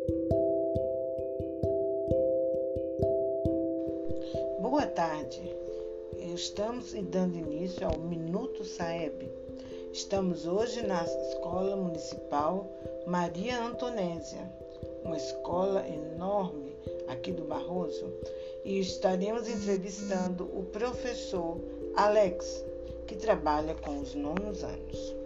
Boa tarde, estamos dando início ao Minuto Saeb. Estamos hoje na Escola Municipal Maria Antonésia, uma escola enorme aqui do Barroso, e estaremos entrevistando o professor Alex, que trabalha com os 9º anos.